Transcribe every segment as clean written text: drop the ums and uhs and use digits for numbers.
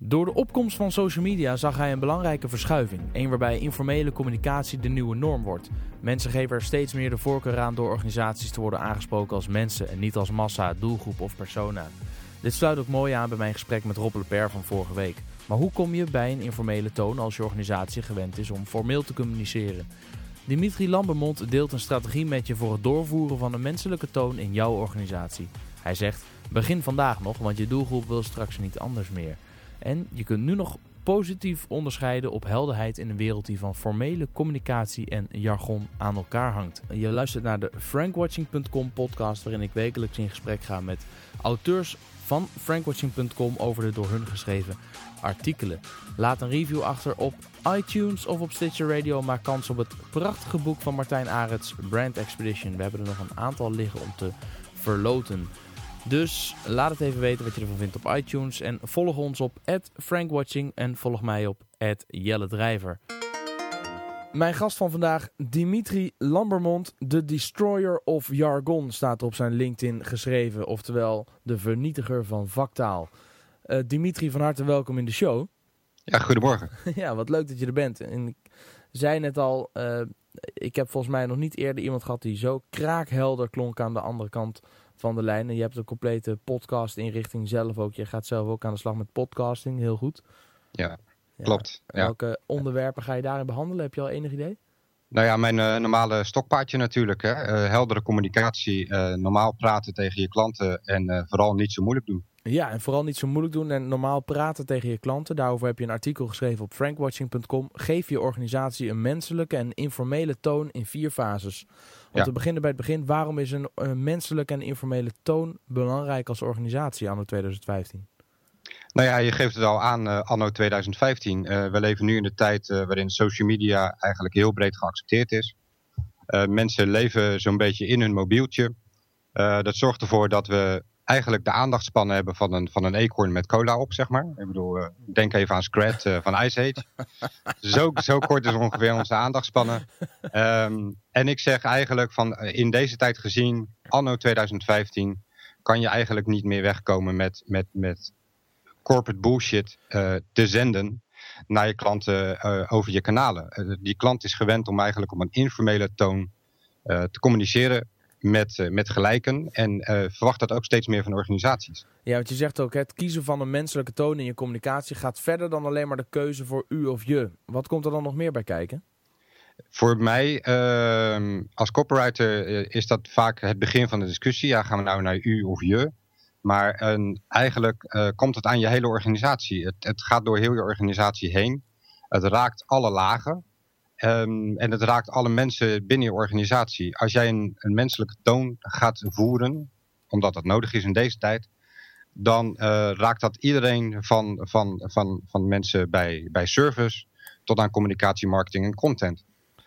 Door de opkomst van social media zag hij een belangrijke verschuiving. Een waarbij informele communicatie de nieuwe norm wordt. Mensen geven er steeds meer de voorkeur aan door organisaties te worden aangesproken als mensen en niet als massa, doelgroep of persona. Dit sluit ook mooi aan bij mijn gesprek met Rob Lepère van vorige week. Maar hoe kom je bij een informele toon als je organisatie gewend is om formeel te communiceren? Dimitri Lambermont deelt een strategie met je voor het doorvoeren van een menselijke toon in jouw organisatie. Hij zegt, begin vandaag nog, want je doelgroep wil straks niet anders meer. En je kunt nu nog positief onderscheiden op helderheid in een wereld die van formele communicatie en jargon aan elkaar hangt. Je luistert naar de frankwatching.com podcast waarin ik wekelijks in gesprek ga met auteurs van frankwatching.com over de door hun geschreven artikelen. Laat een review achter op iTunes of op Stitcher Radio. Maak kans op het prachtige boek van Martijn Arets, Brand Expedition. We hebben er nog een aantal liggen om te verloten. Dus laat het even weten wat je ervan vindt op iTunes. En volg ons op @frankwatching en volg mij op @JelleDrijver. Mijn gast van vandaag, Dimitri Lambermont, de Destroyer of Jargon, staat op zijn LinkedIn geschreven. Oftewel, de vernietiger van vaktaal. Dimitri, van harte welkom in de show. Ja, goedemorgen. Ja, wat leuk dat je er bent. En ik zei net al, ik heb volgens mij nog niet eerder iemand gehad die zo kraakhelder klonk aan de andere kant van de lijn. En je hebt een complete podcast-inrichting zelf ook. Je gaat zelf ook aan de slag met podcasting, heel goed. Ja, klopt. Ja. Welke onderwerpen ga je daarin behandelen? Heb je al enig idee? Nou ja, mijn normale stokpaardje natuurlijk. Hè. Heldere communicatie, normaal praten tegen je klanten en vooral niet zo moeilijk doen. Ja, en vooral niet zo moeilijk doen en normaal praten tegen je klanten. Daarover heb je een artikel geschreven op frankwatching.com. Geef je organisatie een menselijke en informele toon in 4 fases. Om te beginnen bij het begin, waarom is een menselijke en informele toon belangrijk als organisatie anno 2015? Nou ja, je geeft het al aan, anno 2015. We leven nu in de tijd waarin social media eigenlijk heel breed geaccepteerd is. Mensen leven zo'n beetje in hun mobieltje. Dat zorgt ervoor dat we eigenlijk de aandachtspannen hebben van een eekhoorn met cola op, zeg maar. Ik bedoel, denk even aan Scrat van Ice Age. Zo kort is ongeveer onze aandachtspannen. En ik zeg eigenlijk van in deze tijd gezien, anno 2015, kan je eigenlijk niet meer wegkomen met corporate bullshit te zenden naar je klanten over je kanalen. Die klant is gewend om eigenlijk op een informele toon te communiceren met gelijken en verwacht dat ook steeds meer van organisaties. Ja, want je zegt ook, het kiezen van een menselijke toon in je communicatie gaat verder dan alleen maar de keuze voor u of je. Wat komt er dan nog meer bij kijken? Voor mij als copywriter is dat vaak het begin van de discussie. Ja, gaan we nou naar u of je? Maar eigenlijk komt het aan je hele organisatie. Het gaat door heel je organisatie heen. Het raakt alle lagen. En het raakt alle mensen binnen je organisatie. Als jij een menselijke toon gaat voeren, omdat dat nodig is in deze tijd, dan raakt dat iedereen van mensen bij service tot aan communicatie, marketing en content.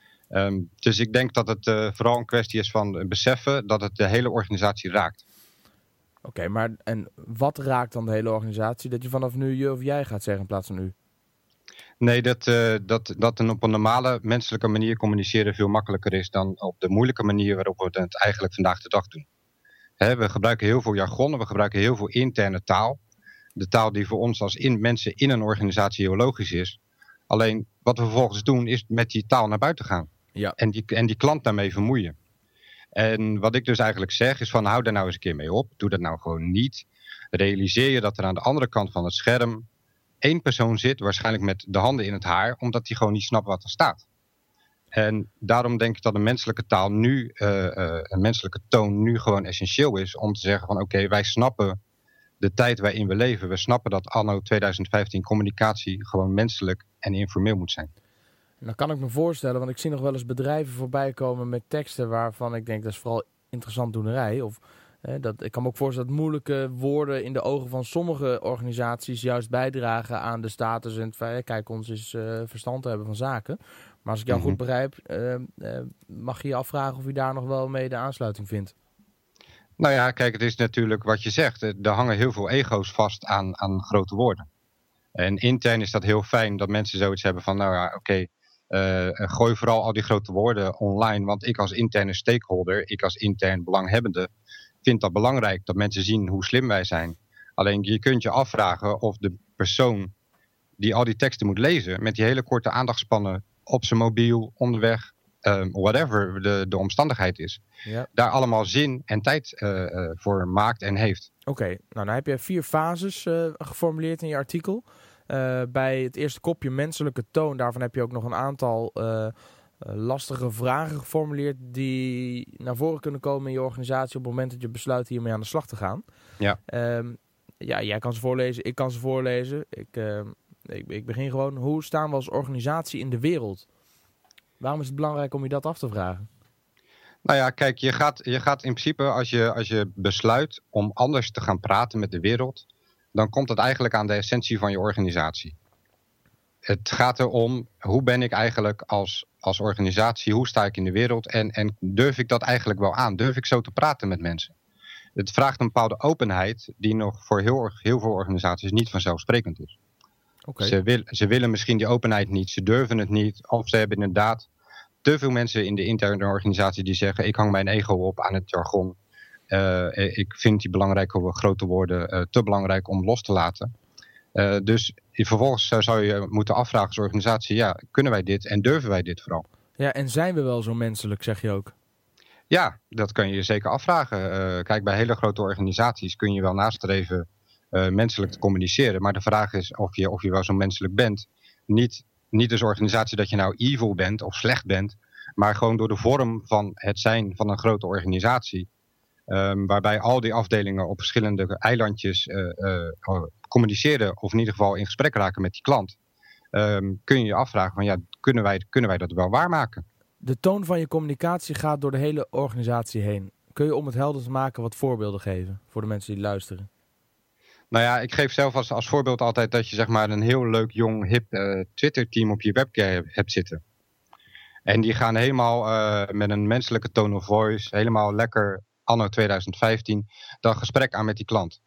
Dus ik denk dat het vooral een kwestie is van beseffen dat het de hele organisatie raakt. Oké, maar en wat raakt dan de hele organisatie? Dat je vanaf nu je of jij gaat zeggen in plaats van u? Nee, dat op een normale menselijke manier communiceren veel makkelijker is dan op de moeilijke manier waarop we het eigenlijk vandaag de dag doen. We gebruiken heel veel jargon, we gebruiken heel veel interne taal. De taal die voor ons als mensen in een organisatie heel logisch is. Alleen wat we vervolgens doen is met die taal naar buiten gaan. Ja. En die klant daarmee vermoeien. En wat ik dus eigenlijk zeg is van hou daar nou eens een keer mee op. Doe dat nou gewoon niet. Realiseer je dat er aan de andere kant van het scherm 1 persoon zit, waarschijnlijk met de handen in het haar, omdat hij gewoon niet snapt wat er staat. En daarom denk ik dat een menselijke taal nu, een menselijke toon nu gewoon essentieel is om te zeggen van oké, wij snappen de tijd waarin we leven. We snappen dat anno 2015 communicatie gewoon menselijk en informeel moet zijn. Nou kan ik me voorstellen, want ik zie nog wel eens bedrijven voorbij komen met teksten waarvan ik denk dat is vooral interessant doenerij. Of ik kan me ook voorstellen dat moeilijke woorden in de ogen van sommige organisaties juist bijdragen aan de status en het feit, kijk, ons is verstand te hebben van zaken. Maar als ik jou goed begrijp, mag je je afvragen of je daar nog wel mee de aansluiting vindt. Nou ja, kijk, het is natuurlijk wat je zegt. Er hangen heel veel ego's vast aan grote woorden. En intern is dat heel fijn dat mensen zoiets hebben van, nou ja, oké, gooi vooral al die grote woorden online. Want ik als interne stakeholder, ik als intern belanghebbende, vind dat belangrijk dat mensen zien hoe slim wij zijn. Alleen je kunt je afvragen of de persoon die al die teksten moet lezen met die hele korte aandachtspannen op zijn mobiel, onderweg, whatever de omstandigheid is, daar allemaal zin en tijd voor maakt en heeft. Oké, nou dan heb je 4 fases geformuleerd in je artikel. Bij het eerste kopje menselijke toon, daarvan heb je ook nog een aantal lastige vragen geformuleerd die naar voren kunnen komen in je organisatie op het moment dat je besluit hiermee aan de slag te gaan. Ja. Jij kan ze voorlezen, ik kan ze voorlezen. Ik begin gewoon. Hoe staan we als organisatie in de wereld? Waarom is het belangrijk om je dat af te vragen? Nou ja, kijk, je gaat in principe als je besluit om anders te gaan praten met de wereld, dan komt het eigenlijk aan de essentie van je organisatie. Het gaat erom, hoe ben ik eigenlijk als organisatie, hoe sta ik in de wereld en durf ik dat eigenlijk wel aan? Durf ik zo te praten met mensen? Het vraagt een bepaalde openheid die nog voor heel veel organisaties niet vanzelfsprekend is. Okay. Ze willen misschien die openheid niet, ze durven het niet, of ze hebben inderdaad te veel mensen in de interne organisatie die zeggen, ik hang mijn ego op aan het jargon. Ik vind die belangrijke grote woorden te belangrijk om los te laten. Dus vervolgens zou je moeten afvragen als organisatie, ja, kunnen wij dit en durven wij dit vooral? Ja, en zijn we wel zo menselijk, zeg je ook? Ja, dat kan je je zeker afvragen. Kijk, bij hele grote organisaties kun je wel nastreven menselijk te communiceren. Maar de vraag is of je wel zo menselijk bent. Niet als organisatie dat je nou evil bent of slecht bent, maar gewoon door de vorm van het zijn van een grote organisatie. Waarbij al die afdelingen op verschillende eilandjes communiceren of in ieder geval in gesprek raken met die klant. Kun je je afvragen van ja, kunnen wij dat wel waarmaken? De toon van je communicatie gaat door de hele organisatie heen. Kun je om het helder te maken wat voorbeelden geven voor de mensen die luisteren? Nou ja, ik geef zelf als voorbeeld altijd dat je zeg maar een heel leuk jong hip Twitter-team op je webcam hebt zitten. En die gaan helemaal met een menselijke tone of voice, helemaal lekker anno 2015, dat gesprek aan met die klant.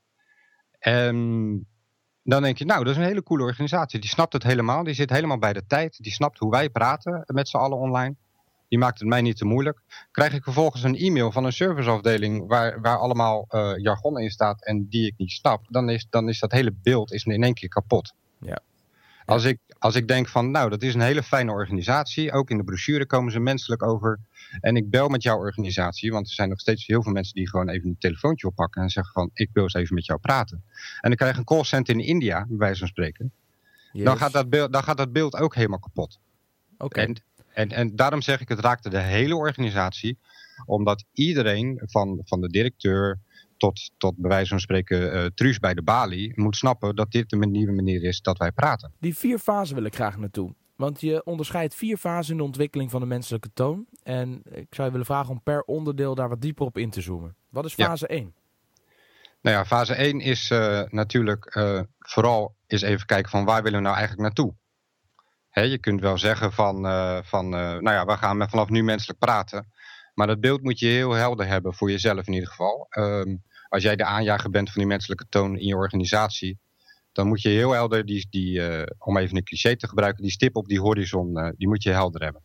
En dan denk je, nou, dat is een hele coole organisatie. Die snapt het helemaal, die zit helemaal bij de tijd. Die snapt hoe wij praten met z'n allen online. Die maakt het mij niet te moeilijk. Krijg ik vervolgens een e-mail van een serviceafdeling waar allemaal jargon in staat en die ik niet snap, dan is dat hele beeld in één keer kapot. Ja. Als ik denk van, nou, dat is een hele fijne organisatie. Ook in de brochure komen ze menselijk over. En ik bel met jouw organisatie, want er zijn nog steeds heel veel mensen die gewoon even een telefoontje oppakken en zeggen van, ik wil eens even met jou praten. En dan krijg ik een callcenter in India, bij wijze van spreken. Yes. Dan gaat dat beeld ook helemaal kapot. Oké. En daarom zeg ik, het raakte de hele organisatie, omdat iedereen van de directeur tot bij wijze van spreken Truus bij de balie moet snappen dat dit de nieuwe manier is dat wij praten. Die 4 fasen wil ik graag naartoe. Want je onderscheidt 4 fasen in de ontwikkeling van de menselijke toon. En ik zou je willen vragen om per onderdeel daar wat dieper op in te zoomen. Wat is fase 1? Nou ja, fase 1 is natuurlijk vooral eens even kijken van waar willen we nou eigenlijk naartoe. Je kunt wel zeggen van nou ja, we gaan vanaf nu menselijk praten. Maar dat beeld moet je heel helder hebben voor jezelf in ieder geval. Als jij de aanjager bent van die menselijke toon in je organisatie, dan moet je heel helder om even een cliché te gebruiken, die stip op die horizon, die moet je helder hebben.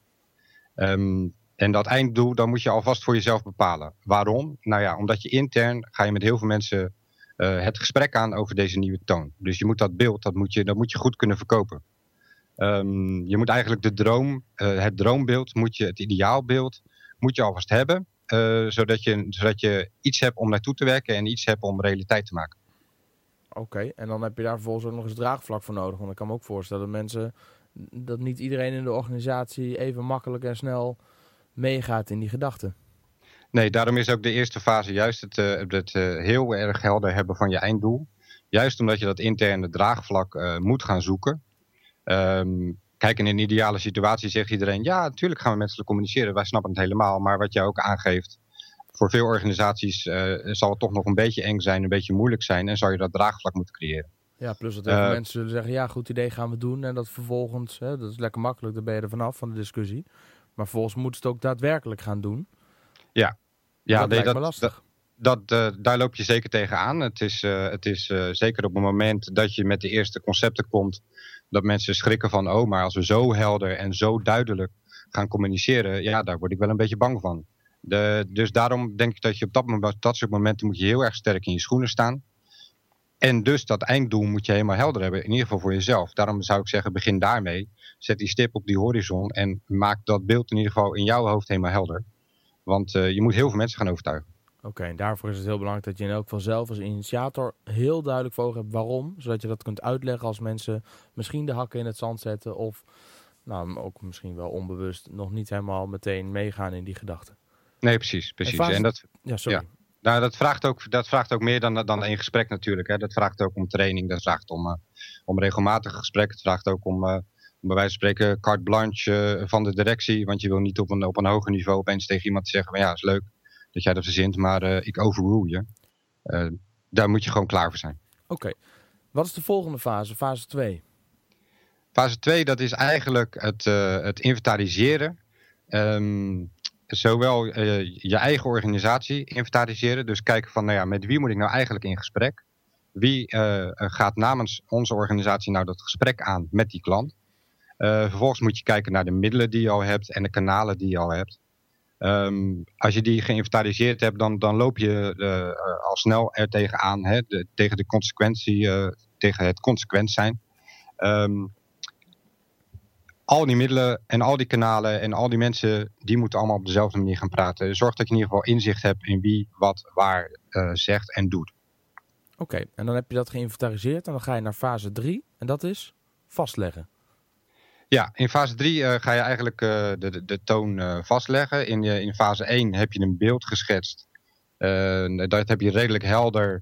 En dat einddoel, dan moet je alvast voor jezelf bepalen. Waarom? Nou ja, omdat je intern ga je met heel veel mensen het gesprek aan over deze nieuwe toon. Dus je moet dat beeld, dat moet je goed kunnen verkopen. Je moet eigenlijk het droombeeld, het ideaalbeeld, moet je alvast hebben. Zodat je iets hebt om naartoe te werken en iets hebt om realiteit te maken. Oké, en dan heb je daar vervolgens ook nog eens draagvlak voor nodig. Want ik kan me ook voorstellen dat niet iedereen in de organisatie even makkelijk en snel meegaat in die gedachten. Nee, daarom is ook de eerste fase juist het heel erg helder hebben van je einddoel. Juist omdat je dat interne draagvlak moet gaan zoeken. Kijk, in een ideale situatie zegt iedereen, ja, natuurlijk gaan we menselijk communiceren. Wij snappen het helemaal, maar wat jij ook aangeeft, voor veel organisaties zal het toch nog een beetje eng zijn, een beetje moeilijk zijn en zou je dat draagvlak moeten creëren. Ja, plus dat heel veel mensen zullen zeggen, ja, goed idee, gaan we doen. En dat vervolgens, dat is lekker makkelijk, daar ben je er vanaf van de discussie. Maar vervolgens moeten ze het ook daadwerkelijk gaan doen. Ja, dat lijkt me lastig. Daar loop je zeker tegenaan. Het is zeker op het moment dat je met de eerste concepten komt, dat mensen schrikken van, oh, maar als we zo helder en zo duidelijk gaan communiceren, ja, daar word ik wel een beetje bang van. Dus daarom denk ik dat je op dat soort momenten moet je heel erg sterk in je schoenen staan. En dus dat einddoel moet je helemaal helder hebben, in ieder geval voor jezelf. Daarom zou ik zeggen, begin daarmee. Zet die stip op die horizon en maak dat beeld in ieder geval in jouw hoofd helemaal helder. Want je moet heel veel mensen gaan overtuigen. Oké, en daarvoor is het heel belangrijk dat je in elk geval zelf als initiator heel duidelijk voor ogen hebt waarom. Zodat je dat kunt uitleggen als mensen misschien de hakken in het zand zetten of ook misschien wel onbewust nog niet helemaal meteen meegaan in die gedachten. Nee, precies. En dat, sorry. Ja. Nou, dat vraagt ook meer dan één gesprek natuurlijk. Hè. Dat vraagt ook om training, dat vraagt om regelmatige gesprekken. Het vraagt ook om bij wijze van spreken carte blanche van de directie. Want je wil niet op een hoger niveau opeens tegen iemand zeggen, maar ja, is leuk dat jij dat verzint, maar ik overrule je. Daar moet je gewoon klaar voor zijn. Oké. Wat is de volgende fase? Fase 2? Fase 2, dat is eigenlijk het inventariseren. Zowel je eigen organisatie inventariseren. Dus kijken van, met wie moet ik nou eigenlijk in gesprek? Wie gaat namens onze organisatie nou dat gesprek aan met die klant? Vervolgens moet je kijken naar de middelen die je al hebt en de kanalen die je al hebt. Als je die geïnventariseerd hebt, dan loop je al snel er tegenaan. Tegen de consequentie, tegen het consequent zijn. Al die middelen en al die kanalen en al die mensen, die moeten allemaal op dezelfde manier gaan praten. Zorg dat je in ieder geval inzicht hebt in wie, wat, waar zegt en doet. Oké, en dan heb je dat geïnventariseerd en dan ga je naar fase 3 en dat is vastleggen. Ja, in fase 3 ga je eigenlijk de toon vastleggen. In fase 1 heb je een beeld geschetst. Dat heb je redelijk helder.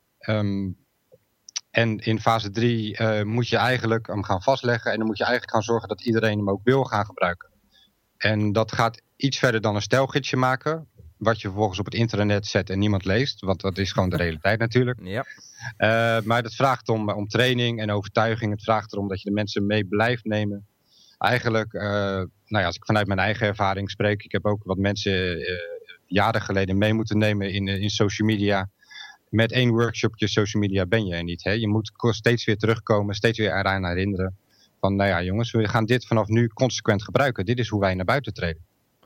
En in fase 3 moet je eigenlijk hem gaan vastleggen. En dan moet je eigenlijk gaan zorgen dat iedereen hem ook wil gaan gebruiken. En dat gaat iets verder dan een stijlgidsje maken. Wat je vervolgens op het internet zet en niemand leest. Want dat is gewoon de realiteit natuurlijk. Ja. Maar dat vraagt om training en overtuiging. Het vraagt erom dat je de mensen mee blijft nemen. Eigenlijk, als ik vanuit mijn eigen ervaring spreek. Ik heb ook wat mensen jaren geleden mee moeten nemen in social media. Met 1 workshopje social media ben je er niet. Hè? Je moet steeds weer terugkomen, steeds weer eraan herinneren. Van jongens, we gaan dit vanaf nu consequent gebruiken. Dit is hoe wij naar buiten treden.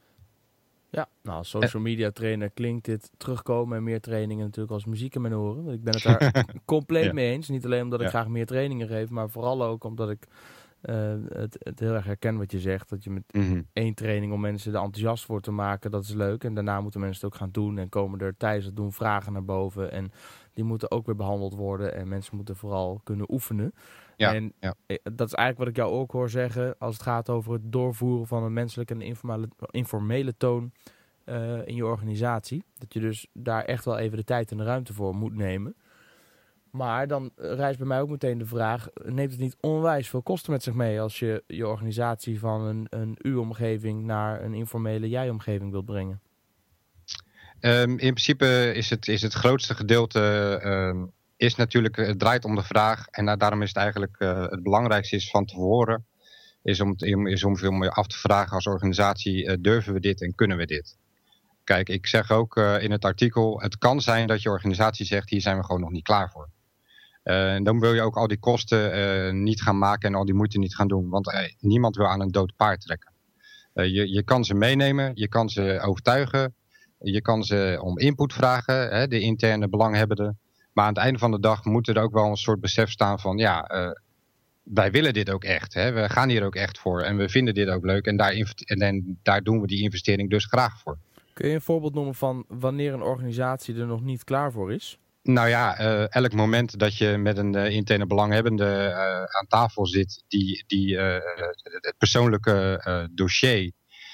Ja, als social media trainer klinkt dit terugkomen en meer trainingen natuurlijk als muziek in mijn oren. Want ik ben het daar compleet mee eens. Niet alleen omdat ik graag meer trainingen geef, maar vooral ook omdat ik het heel erg herken wat je zegt. Dat je met 1 training om mensen er enthousiast voor te maken, dat is leuk. En daarna moeten mensen het ook gaan doen en komen er tijdens het doen vragen naar boven. En die moeten ook weer behandeld worden en mensen moeten vooral kunnen oefenen. Ja, en dat is eigenlijk wat ik jou ook hoor zeggen als het gaat over het doorvoeren van een menselijke en informele toon in je organisatie. Dat je dus daar echt wel even de tijd en de ruimte voor moet nemen. Maar dan rijst bij mij ook meteen de vraag, neemt het niet onwijs veel kosten met zich mee als je je organisatie van een u-omgeving naar een informele jij-omgeving wilt brengen? In principe is het grootste gedeelte is natuurlijk, het draait om de vraag. En daarom is het eigenlijk het belangrijkste is van tevoren. Is om veel meer af te vragen als organisatie, durven we dit en kunnen we dit? Kijk, ik zeg ook in het artikel, het kan zijn dat je organisatie zegt, hier zijn we gewoon nog niet klaar voor. En dan wil je ook al die kosten niet gaan maken en al die moeite niet gaan doen. Want niemand wil aan een dood paard trekken. Je kan ze meenemen, je kan ze overtuigen. Je kan ze om input vragen, de interne belanghebbenden. Maar aan het einde van de dag moet er ook wel een soort besef staan van wij willen dit ook echt. Hè? We gaan hier ook echt voor en we vinden dit ook leuk. En daar doen we die investering dus graag voor. Kun je een voorbeeld noemen van wanneer een organisatie er nog niet klaar voor is? Nou ja, elk moment dat je met een interne belanghebbende aan tafel zit die het persoonlijke dossier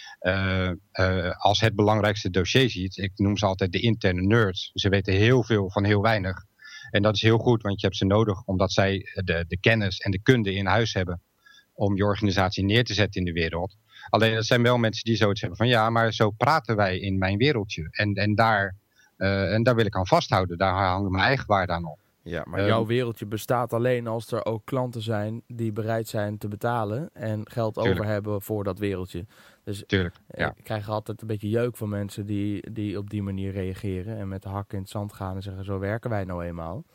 als het belangrijkste dossier ziet. Ik noem ze altijd de interne nerds. Ze weten heel veel van heel weinig. En dat is heel goed, want je hebt ze nodig omdat zij de kennis en de kunde in huis hebben om je organisatie neer te zetten in de wereld. Alleen dat zijn wel mensen die zoiets hebben van maar zo praten wij in mijn wereldje. En daar wil ik aan vasthouden. Daar hangt mijn eigen waarde aan op. Ja, maar jouw wereldje bestaat alleen als er ook klanten zijn die bereid zijn te betalen en geld over hebben voor dat wereldje. Dus ik krijg altijd een beetje jeuk van mensen die op die manier reageren en met de hakken in het zand gaan en zeggen zo werken wij nou eenmaal.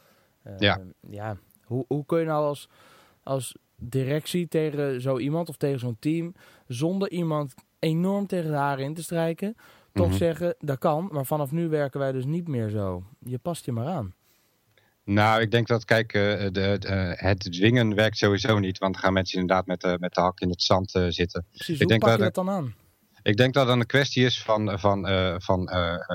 Hoe kun je nou als directie tegen zo iemand of tegen zo'n team zonder iemand enorm tegen de haren in te strijken toch zeggen dat kan, maar vanaf nu werken wij dus niet meer zo. Je past je maar aan. Nou, ik denk dat, kijk, het dwingen werkt sowieso niet. Want dan gaan mensen inderdaad met de hak in het zand zitten. Precies, hoe pak je dat dan aan? Ik denk dat het een kwestie is van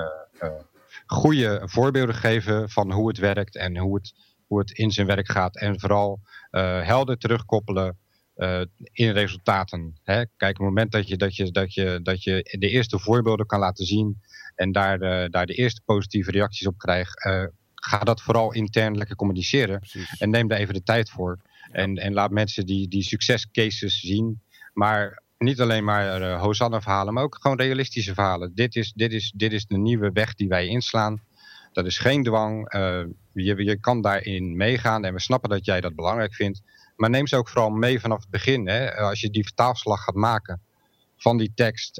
goede voorbeelden geven van hoe het werkt en hoe het in zijn werk gaat. En vooral helder terugkoppelen in resultaten. Hè? Kijk, op het moment dat je de eerste voorbeelden kan laten zien en daar de eerste positieve reacties op krijgt, ga dat vooral intern lekker communiceren. Precies. En neem daar even de tijd voor. Ja. En laat mensen die succescases zien. Maar niet alleen maar Hosanna-verhalen, maar ook gewoon realistische verhalen. Dit is de nieuwe weg die wij inslaan. Dat is geen dwang. Je kan daarin meegaan en we snappen dat jij dat belangrijk vindt. Maar neem ze ook vooral mee vanaf het begin. Hè? Als je die vertaalslag gaat maken van die tekst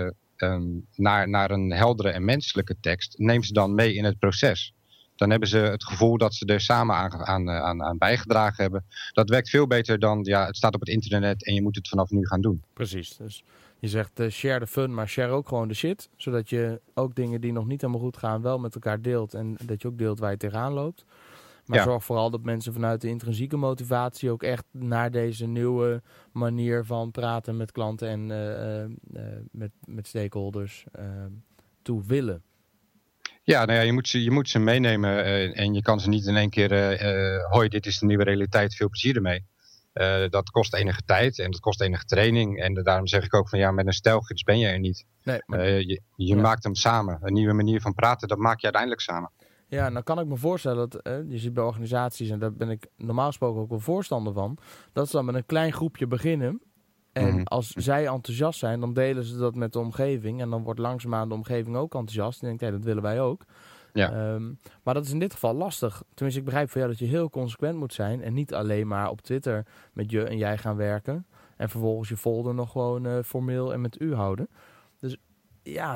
naar een heldere en menselijke tekst, neem ze dan mee in het proces. Dan hebben ze het gevoel dat ze er samen aan bijgedragen hebben. Dat werkt veel beter dan, het staat op het internet en je moet het vanaf nu gaan doen. Precies, dus je zegt share the fun, maar share ook gewoon de shit. Zodat je ook dingen die nog niet helemaal goed gaan wel met elkaar deelt. En dat je ook deelt waar je tegenaan loopt. Maar zorg vooral dat mensen vanuit de intrinsieke motivatie ook echt naar deze nieuwe manier van praten met klanten en met stakeholders toe willen. Ja, nou ja, je moet ze meenemen en je kan ze niet in één keer, hoi, dit is de nieuwe realiteit, veel plezier ermee. Dat kost enige tijd en dat kost enige training. En daarom zeg ik ook van met een stijlgids ben je er niet. Nee, maar je maakt hem samen. Een nieuwe manier van praten, dat maak je uiteindelijk samen. Ja, nou kan ik me voorstellen dat, je ziet bij organisaties, en daar ben ik normaal gesproken ook wel voorstander van, dat ze dan met een klein groepje beginnen. En als zij enthousiast zijn, dan delen ze dat met de omgeving. En dan wordt langzaamaan de omgeving ook enthousiast. En denkt, dat willen wij ook. Ja. Maar dat is in dit geval lastig. Tenminste, ik begrijp van jou dat je heel consequent moet zijn. En niet alleen maar op Twitter met je en jij gaan werken. En vervolgens je folder nog gewoon formeel en met u houden. Dus ja,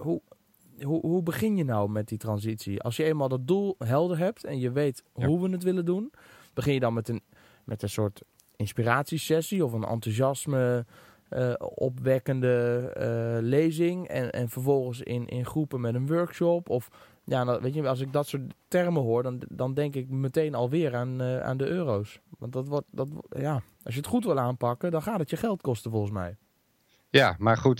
hoe begin je nou met die transitie? Als je eenmaal dat doel helder hebt en je weet hoe we het willen doen, begin je dan met een soort inspiratiesessie of een enthousiasme opwekkende lezing en vervolgens in groepen met een workshop of weet je, als ik dat soort termen hoor, dan denk ik meteen alweer aan de euro's. Want als je het goed wil aanpakken, dan gaat het je geld kosten volgens mij. Ja, maar goed,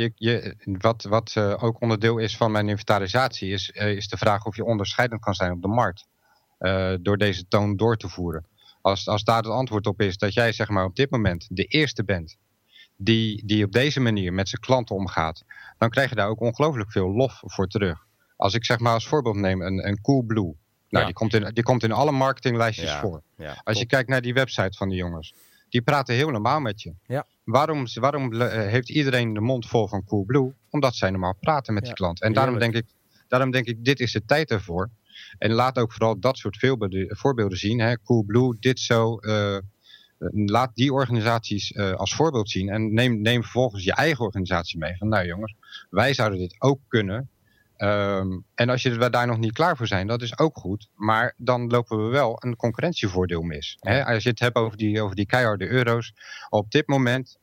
wat ook onderdeel is van mijn inventarisatie is de vraag of je onderscheidend kan zijn op de markt door deze toon door te voeren. Als daar het antwoord op is dat jij zeg maar op dit moment de eerste bent die op deze manier met zijn klanten omgaat, dan krijg je daar ook ongelooflijk veel lof voor terug. Als ik zeg maar als voorbeeld neem een Coolblue. Nou, die komt in alle marketinglijstjes voor. Ja, als je kijkt naar die website van die jongens, die praten heel normaal met je. Ja. Waarom heeft iedereen de mond vol van Coolblue? Omdat zij normaal praten met die klant. En daarom denk ik, dit is de tijd ervoor. En laat ook vooral dat soort voorbeelden zien. Hè? Coolblue, dit zo. Laat die organisaties als voorbeeld zien. En neem vervolgens je eigen organisatie mee. Van nou jongens, wij zouden dit ook kunnen. En als je daar nog niet klaar voor zijn, dat is ook goed. Maar dan lopen we wel een concurrentievoordeel mis. Ja. Hè? Als je het hebt over die keiharde euro's. Op dit moment,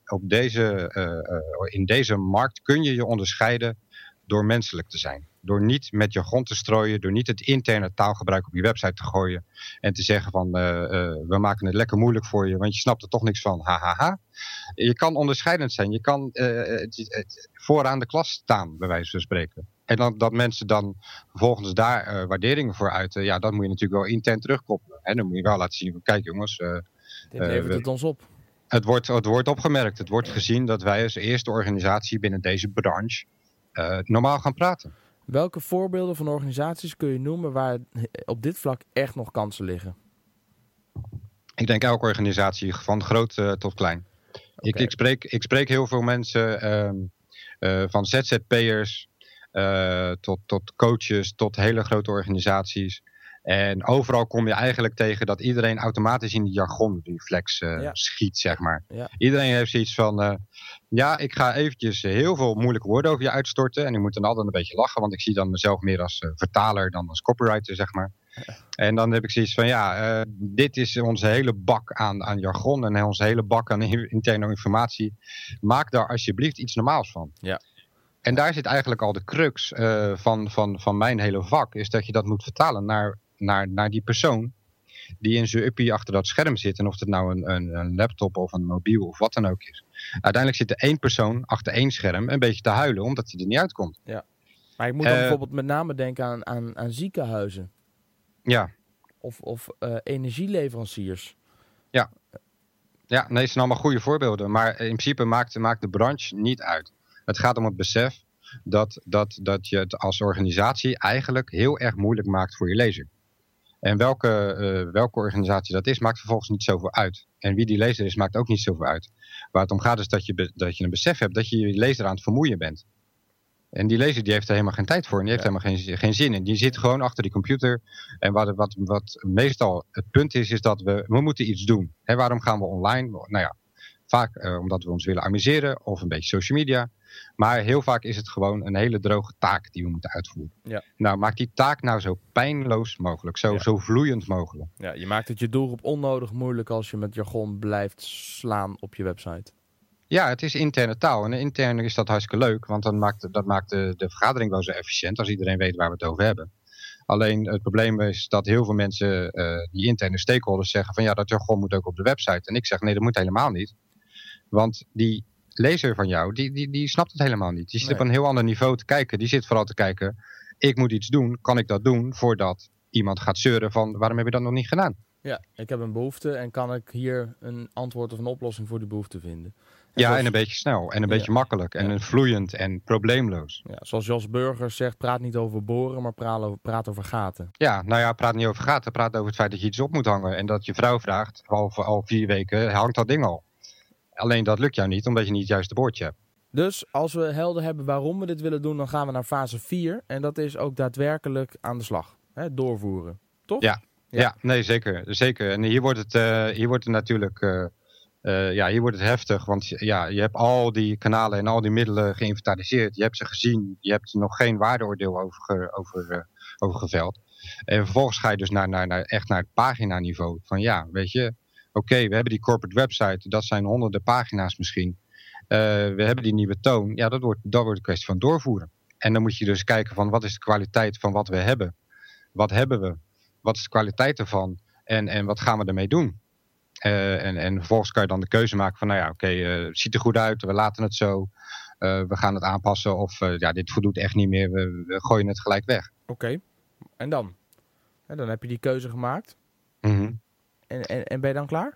in deze markt kun je onderscheiden door menselijk te zijn. Door niet met jargon te strooien, door niet het interne taalgebruik op je website te gooien. En te zeggen van, we maken het lekker moeilijk voor je, want je snapt er toch niks van. Hahaha. Je kan onderscheidend zijn. Je kan vooraan de klas staan, bij wijze van spreken. En dat mensen dan vervolgens daar waarderingen voor uiten. Dat moet je natuurlijk wel intern terugkoppelen. En dan moet je wel laten zien van, kijk jongens. Dit levert het ons op. Het wordt opgemerkt. Het wordt gezien dat wij als eerste organisatie binnen deze branche normaal gaan praten. Welke voorbeelden van organisaties kun je noemen waar op dit vlak echt nog kansen liggen? Ik denk elke organisatie, van groot tot klein. Okay. Ik spreek heel veel mensen, van ZZP'ers tot coaches, tot hele grote organisaties. En overal kom je eigenlijk tegen dat iedereen automatisch in die jargonreflex schiet, zeg maar. Ja. Iedereen heeft zoiets van, ik ga eventjes heel veel moeilijke woorden over je uitstorten. En ik moet dan altijd een beetje lachen, want ik zie dan mezelf meer als vertaler dan als copywriter, zeg maar. Ja. En dan heb ik zoiets van, dit is onze hele bak aan jargon en onze hele bak aan interne informatie. Maak daar alsjeblieft iets normaals van. Ja. En daar zit eigenlijk al de crux van mijn hele vak, is dat je dat moet vertalen naar die persoon die in zijn uppie achter dat scherm zit. En of het nou een laptop of een mobiel of wat dan ook is. Uiteindelijk zit er één persoon achter één scherm een beetje te huilen omdat hij er niet uitkomt. Ja. Maar ik moet dan bijvoorbeeld met name denken aan ziekenhuizen. Ja. Of energieleveranciers. Ja, nee, het zijn allemaal goede voorbeelden. Maar in principe maakt de branche niet uit. Het gaat om het besef dat je het als organisatie eigenlijk heel erg moeilijk maakt voor je lezer. En welke organisatie dat is, maakt vervolgens niet zoveel uit. En wie die lezer is, maakt ook niet zoveel uit. Waar het om gaat is dat je een besef hebt dat je je lezer aan het vermoeien bent. En die lezer die heeft er helemaal geen tijd voor. En die heeft helemaal geen zin in. Die zit gewoon achter die computer. En wat meestal het punt is dat we moeten iets doen. Hè, waarom gaan we online? Nou ja, vaak omdat we ons willen amuseren of een beetje social media. Maar heel vaak is het gewoon een hele droge taak die we moeten uitvoeren. Ja. Nou, maak die taak nou zo pijnloos mogelijk. Zo vloeiend mogelijk. Ja, je maakt het je doelgroep onnodig moeilijk als je met jargon blijft slaan op je website. Ja, het is interne taal. En intern is dat hartstikke leuk. Want dat maakt de vergadering wel zo efficiënt als iedereen weet waar we het over hebben. Alleen het probleem is dat heel veel mensen, die interne stakeholders zeggen van ja, dat jargon moet ook op de website. En ik zeg nee, dat moet helemaal niet. Want die lezer van jou, die snapt het helemaal niet. Die zit op een heel ander niveau te kijken. Die zit vooral te kijken, ik moet iets doen. Kan ik dat doen voordat iemand gaat zeuren van waarom heb je dat nog niet gedaan? Ja, ik heb een behoefte en kan ik hier een antwoord of een oplossing voor die behoefte vinden. En een beetje snel en een beetje makkelijk en vloeiend en probleemloos. Ja, zoals Jos Burgers zegt, praat niet over boren, maar praat over gaten. Ja, nou ja, praat niet over gaten. Praat over het feit dat je iets op moet hangen. En dat je vrouw vraagt, al 4 weken, hangt dat ding al. Alleen dat lukt jou niet, omdat je niet het juiste boordje hebt. Dus als we helder hebben waarom we dit willen doen, dan gaan we naar fase 4. En dat is ook daadwerkelijk aan de slag. Hè, doorvoeren, toch? Ja, nee, zeker. En hier wordt het natuurlijk... hier wordt het heftig, want je hebt al die kanalen en al die middelen geïnventariseerd. Je hebt ze gezien, je hebt er nog geen waardeoordeel over geveld. En vervolgens ga je dus echt naar het paginaniveau. Van ja, weet je, oké, we hebben die corporate website, dat zijn honderden pagina's misschien. We hebben die nieuwe toon, ja, dat wordt een kwestie van doorvoeren. En dan moet je dus kijken van wat is de kwaliteit van wat we hebben. Wat hebben we? Wat is de kwaliteit ervan? En wat gaan we ermee doen? En vervolgens kan je dan de keuze maken van, het ziet er goed uit, we laten het zo, we gaan het aanpassen of dit voldoet echt niet meer, we gooien het gelijk weg. Oké. En dan? En dan heb je die keuze gemaakt. Mm-hmm. En ben je dan klaar?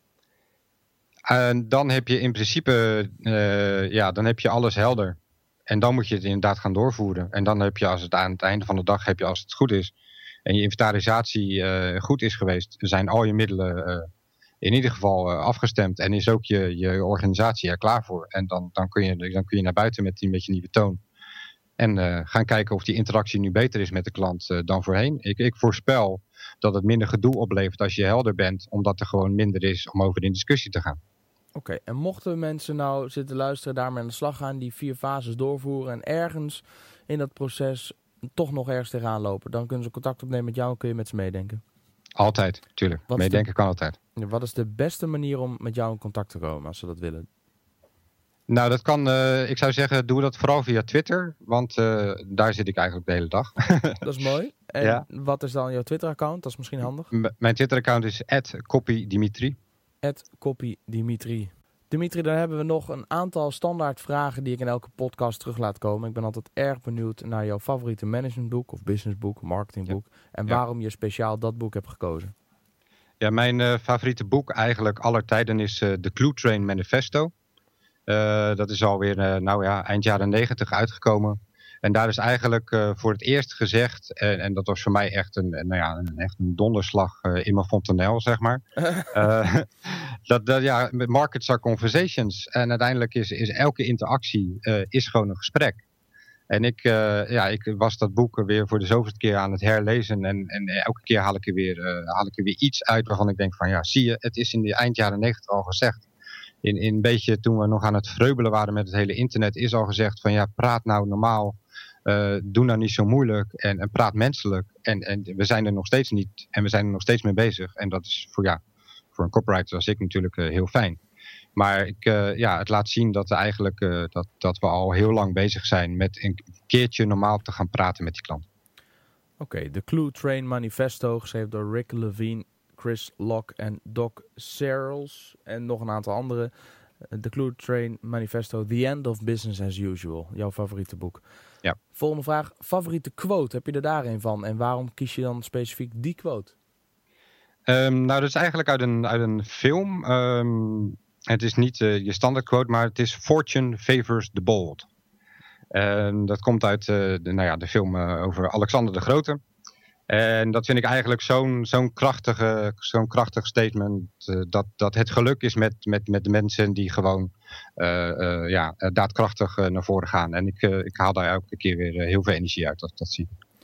Dan heb je in principe, dan heb je alles helder. En dan moet je het inderdaad gaan doorvoeren. En dan heb je aan het einde van de dag, als het goed is, en je inventarisatie goed is geweest, zijn al je middelen in ieder geval afgestemd en is ook je organisatie er klaar voor. En dan kun je naar buiten met je nieuwe toon. En gaan kijken of die interactie nu beter is met de klant dan voorheen. Ik voorspel dat het minder gedoe oplevert als je helder bent, omdat er gewoon minder is om over in discussie te gaan. Oké, en mochten mensen nou zitten luisteren, daarmee aan de slag gaan, die 4 fases doorvoeren en ergens in dat proces toch nog ergens tegenaan lopen, dan kunnen ze contact opnemen met jou en kun je met ze meedenken. Altijd, tuurlijk. Meedenken kan altijd. Wat is de beste manier om met jou in contact te komen als ze dat willen? Nou, dat kan, ik zou zeggen, doe dat vooral via Twitter, want daar zit ik eigenlijk de hele dag. Dat is mooi. En wat is dan jouw Twitter-account? Dat is misschien handig. Mijn Twitter-account is @copydimitri. @copydimitri. Dimitri, dan hebben we nog een aantal standaard vragen die ik in elke podcast terug laat komen. Ik ben altijd erg benieuwd naar jouw favoriete managementboek of businessboek, marketingboek. En waarom je speciaal dat boek hebt gekozen. Ja, mijn favoriete boek eigenlijk aller tijden is The Clue Train Manifesto. Dat is alweer eind jaren 90 uitgekomen. En daar is eigenlijk voor het eerst gezegd, en dat was voor mij echt echt een donderslag in mijn fontanel, zeg maar. Markets are conversations. En uiteindelijk is elke interactie is gewoon een gesprek. En ik was dat boek weer voor de zoveelste keer aan het herlezen. En elke keer haal ik er weer iets uit waarvan ik denk van ja, zie je, het is in de eind jaren 90 al gezegd. In een beetje toen we nog aan het vreubelen waren met het hele internet is al gezegd van ja, praat nou normaal. Doe nou niet zo moeilijk en praat menselijk. En we zijn er nog steeds niet. En we zijn er nog steeds mee bezig. En dat is voor een copywriter als ik natuurlijk heel fijn. Maar het laat zien dat we al heel lang bezig zijn met een keertje normaal te gaan praten met die klant. Oké, The Clue Train Manifesto, geschreven door Rick Levine, Chris Locke en Doc Searles en nog een aantal anderen. The Clue Train Manifesto, The End of Business as Usual. Jouw favoriete boek. Ja. Volgende vraag, favoriete quote, heb je er daar een van? En waarom kies je dan specifiek die quote? Nou, dat is eigenlijk uit een film. Het is niet je standaard quote, maar het is Fortune favors the bold. Dat komt uit de film over Alexander de Grote. En dat vind ik eigenlijk zo'n krachtig statement. Dat het geluk is met de mensen die gewoon daadkrachtig naar voren gaan. En ik haal daar elke keer weer heel veel energie uit als ik dat zie.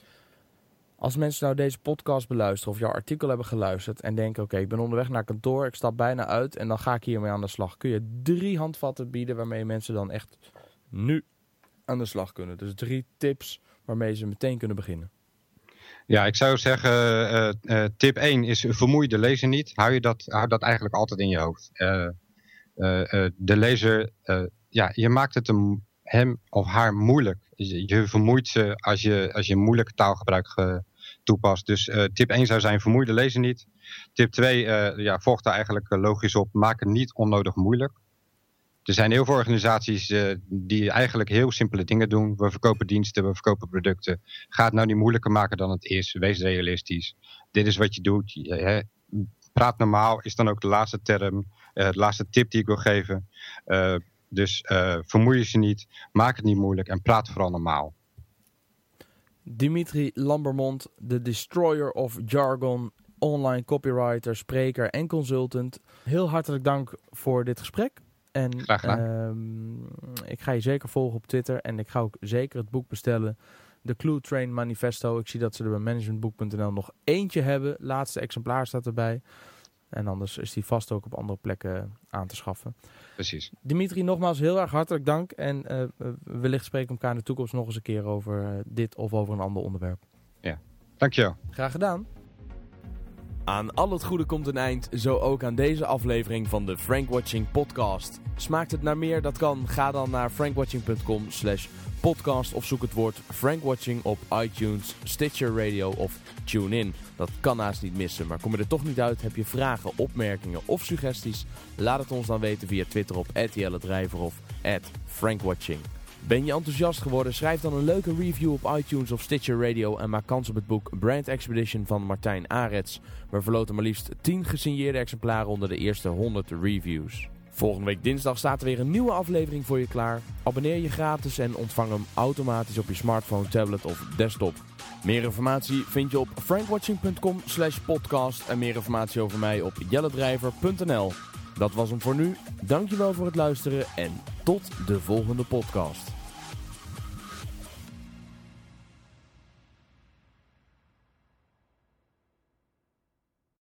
Als mensen nou deze podcast beluisteren of jouw artikel hebben geluisterd en denken, oké, ik ben onderweg naar kantoor, ik stap bijna uit en dan ga ik hiermee aan de slag. Kun je 3 handvatten bieden waarmee mensen dan echt nu aan de slag kunnen? Dus 3 tips waarmee ze meteen kunnen beginnen. Ja, ik zou zeggen, tip 1 is vermoei de lezer niet. Hou dat eigenlijk altijd in je hoofd. De lezer, je maakt het hem of haar moeilijk. Je vermoeit ze als je moeilijke taalgebruik toepast. Dus tip 1 zou zijn, vermoei de lezer niet. Tip 2, volg daar eigenlijk logisch op. Maak het niet onnodig moeilijk. Er zijn heel veel organisaties die eigenlijk heel simpele dingen doen. We verkopen diensten, we verkopen producten. Ga het nou niet moeilijker maken dan het is. Wees realistisch. Dit is wat je doet. Praat normaal is dan ook de laatste term. De laatste tip die ik wil geven. Dus vermoei je ze niet. Maak het niet moeilijk en praat vooral normaal. Dimitri Lambermont, de destroyer of jargon, online copywriter, spreker en consultant. Heel hartelijk dank voor dit gesprek. En graag gedaan. Ik ga je zeker volgen op Twitter en ik ga ook zeker het boek bestellen. The Clue Train Manifesto. Ik zie dat ze er bij managementboek.nl nog eentje hebben. Laatste exemplaar staat erbij. En anders is die vast ook op andere plekken aan te schaffen. Precies. Dimitri, nogmaals heel erg hartelijk dank. En wellicht spreken we elkaar in de toekomst nog eens een keer over dit of over een ander onderwerp. Ja, dankjewel. Graag gedaan. Aan al het goede komt een eind, zo ook aan deze aflevering van de Frank Watching podcast. Smaakt het naar meer? Dat kan. Ga dan naar frankwatching.com/podcast of zoek het woord Frank Watching op iTunes, Stitcher Radio of TuneIn. Dat kan haast niet missen, maar kom je er toch niet uit? Heb je vragen, opmerkingen of suggesties? Laat het ons dan weten via Twitter op @JelleDrijver of @FrankWatching. Ben je enthousiast geworden? Schrijf dan een leuke review op iTunes of Stitcher Radio en maak kans op het boek Brand Expedition van Martijn Arets. We verloten maar liefst 10 gesigneerde exemplaren onder de eerste 100 reviews. Volgende week dinsdag staat er weer een nieuwe aflevering voor je klaar. Abonneer je gratis en ontvang hem automatisch op je smartphone, tablet of desktop. Meer informatie vind je op frankwatching.com/podcast en meer informatie over mij op jelledrijver.nl. Dat was hem voor nu. Dankjewel voor het luisteren en tot de volgende podcast.